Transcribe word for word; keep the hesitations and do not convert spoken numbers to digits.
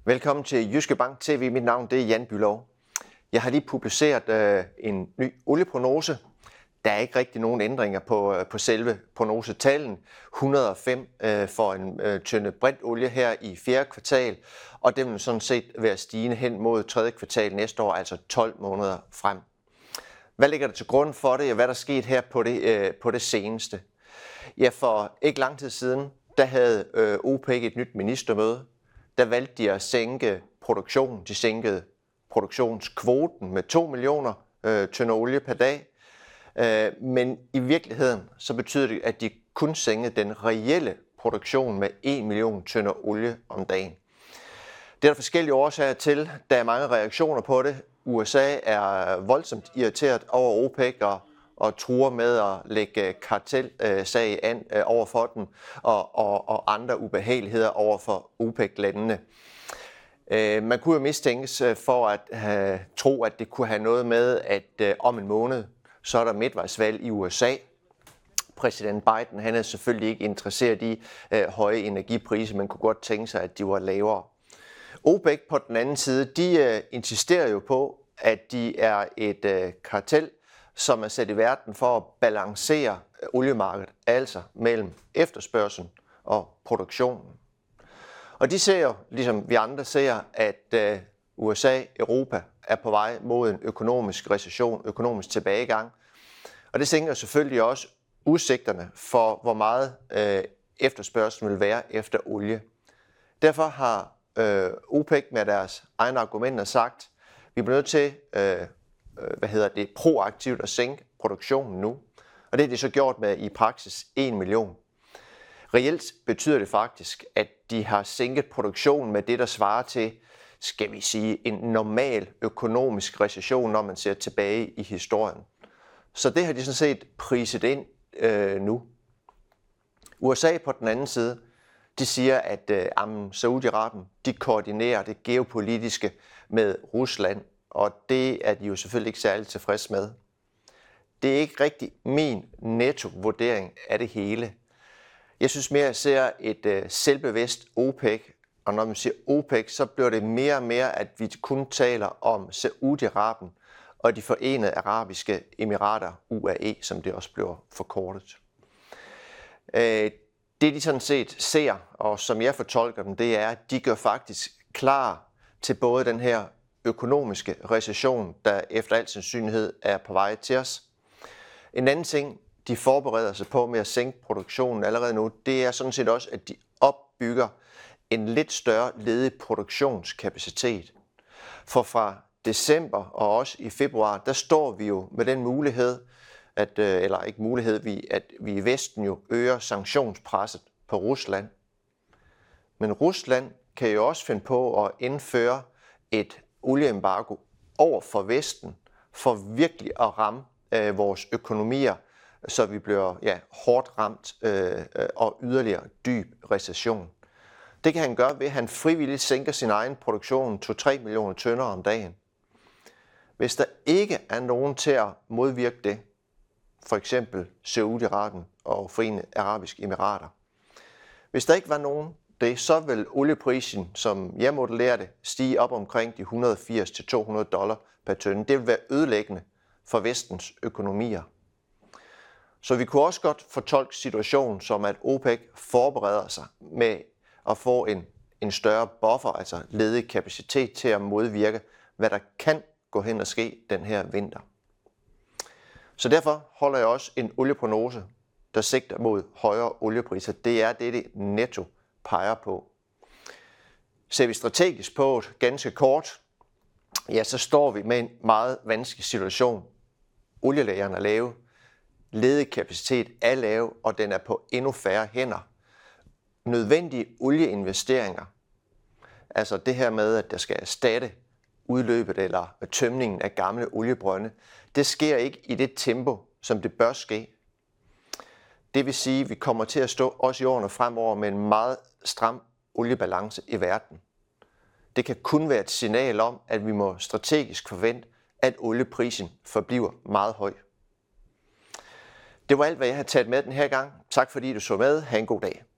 Velkommen til Jyske Bank T V. Mit navn det er Jan Bülow. Jeg har lige publiceret øh, en ny olieprognose. Der er ikke rigtig nogen ændringer på, øh, på selve prognosetallen. et hundrede og fem øh, for en øh, tønde Brent-olie her i fjerde kvartal, og den vil sådan set være stigende hen mod tredje kvartal næste år, altså tolv måneder frem. Hvad ligger der til grund for det, og hvad der er sket her på det, øh, på det seneste? Ja, for ikke lang tid siden, der havde øh, OPEC et nyt ministermøde. Der valgte de at sænke produktionen. De sænkede produktionskvoten med to millioner øh, tønder olie per dag. Øh, men i virkeligheden så betyder det, at de kun sænkede den reelle produktion med en million tønder olie om dagen. Det er der forskellige årsager til. Der er mange reaktioner på det. U S A er voldsomt irriteret over OPEC og, og truer med at lægge kartelsag an over for den og, og, og andre ubehageligheder over for OPEC-landene. Man kunne jo mistænkes for at have, tro, at det kunne have noget med, at om en måned, så er der midtvejsvalg i U S A. Præsident Biden han er selvfølgelig ikke interesseret i uh, høje energipriser, men kunne godt tænke sig, at de var lavere. OPEC på den anden side, de uh, insisterer jo på, at de er et uh, kartel, som er sat i verden for at balancere oliemarkedet, altså mellem efterspørgsel og produktionen. Og de ser jo, ligesom vi andre ser, at uh, U S A, Europa er på vej mod en økonomisk recession, økonomisk tilbagegang. Og det sænker selvfølgelig også udsigterne for, hvor meget øh, efterspørgsel vil være efter olie. Derfor har øh, OPEC med deres egne argumenter sagt, at vi bliver nødt til øh, hvad hedder det, proaktivt at sænke produktionen nu. Og det har de så gjort med i praksis en million. Reelt betyder det faktisk, at de har sænket produktionen med det, der svarer til, skal vi sige, en normal økonomisk recession, når man ser tilbage i historien. Så det har de sådan set priset ind øh, nu. U S A på den anden side, de siger, at øh, Saudi-Arabien, de koordinerer det geopolitiske med Rusland, og det er de jo selvfølgelig ikke særlig tilfreds med. Det er ikke rigtig min netto-vurdering af det hele. Jeg synes mere, at jeg ser et øh, selvbevidst OPEC, og når man siger OPEC, så bliver det mere og mere, at vi kun taler om Saudi-Arabien og de forenede arabiske emirater, U A E, som det også bliver forkortet. Det de sådan set ser, og som jeg fortolker dem, det er, at de gør faktisk klar til både den her økonomiske recession, der efter al sandsynlighed er på vej til os. En anden ting, de forbereder sig på med at sænke produktionen allerede nu, det er sådan set også, at de opbygger en lidt større ledig produktionskapacitet. For fra december og også i februar, der står vi jo med den mulighed, at, eller ikke mulighed, at vi i Vesten jo øger sanktionspresset på Rusland. Men Rusland kan jo også finde på at indføre et olieembargo over for Vesten, for virkelig at ramme øh, vores økonomier, så vi bliver ja, hårdt ramt øh, og yderligere dyb recession. Det kan han gøre ved, at han frivilligt sænker sin egen produktion to til tre millioner tønder om dagen. Hvis der ikke er nogen til at modvirke det, for eksempel Saudi-Arabien og Forenede Arabiske Emirater, hvis der ikke var nogen det, så vil olieprisen, som jeg modellerer det, stige op omkring de et hundrede og firs til to hundrede dollar per tønde. Det vil være ødelæggende for Vestens økonomier. Så vi kunne også godt fortolke situationen som, at OPEC forbereder sig med at få en, en større buffer, altså ledig kapacitet til at modvirke, hvad der kan gå hen og ske den her vinter. Så derfor holder jeg også en olieprognose, der sigter mod højere oliepriser. Det er det, det netto peger på. Ser vi strategisk på et ganske kort, ja, så står vi med en meget vanskelig situation. Olielagerne er lave, ledig kapacitet er lav, og den er på endnu færre hænder. Nødvendige olieinvesteringer, altså det her med, at der skal erstatte udløbet eller tømningen af gamle oliebrønde, det sker ikke i det tempo, som det bør ske. Det vil sige, at vi kommer til at stå også i årene fremover med en meget stram oliebalance i verden. Det kan kun være et signal om, at vi må strategisk forvente, at olieprisen forbliver meget høj. Det var alt, hvad jeg har taget med den her gang. Tak fordi du så med. Ha' en god dag.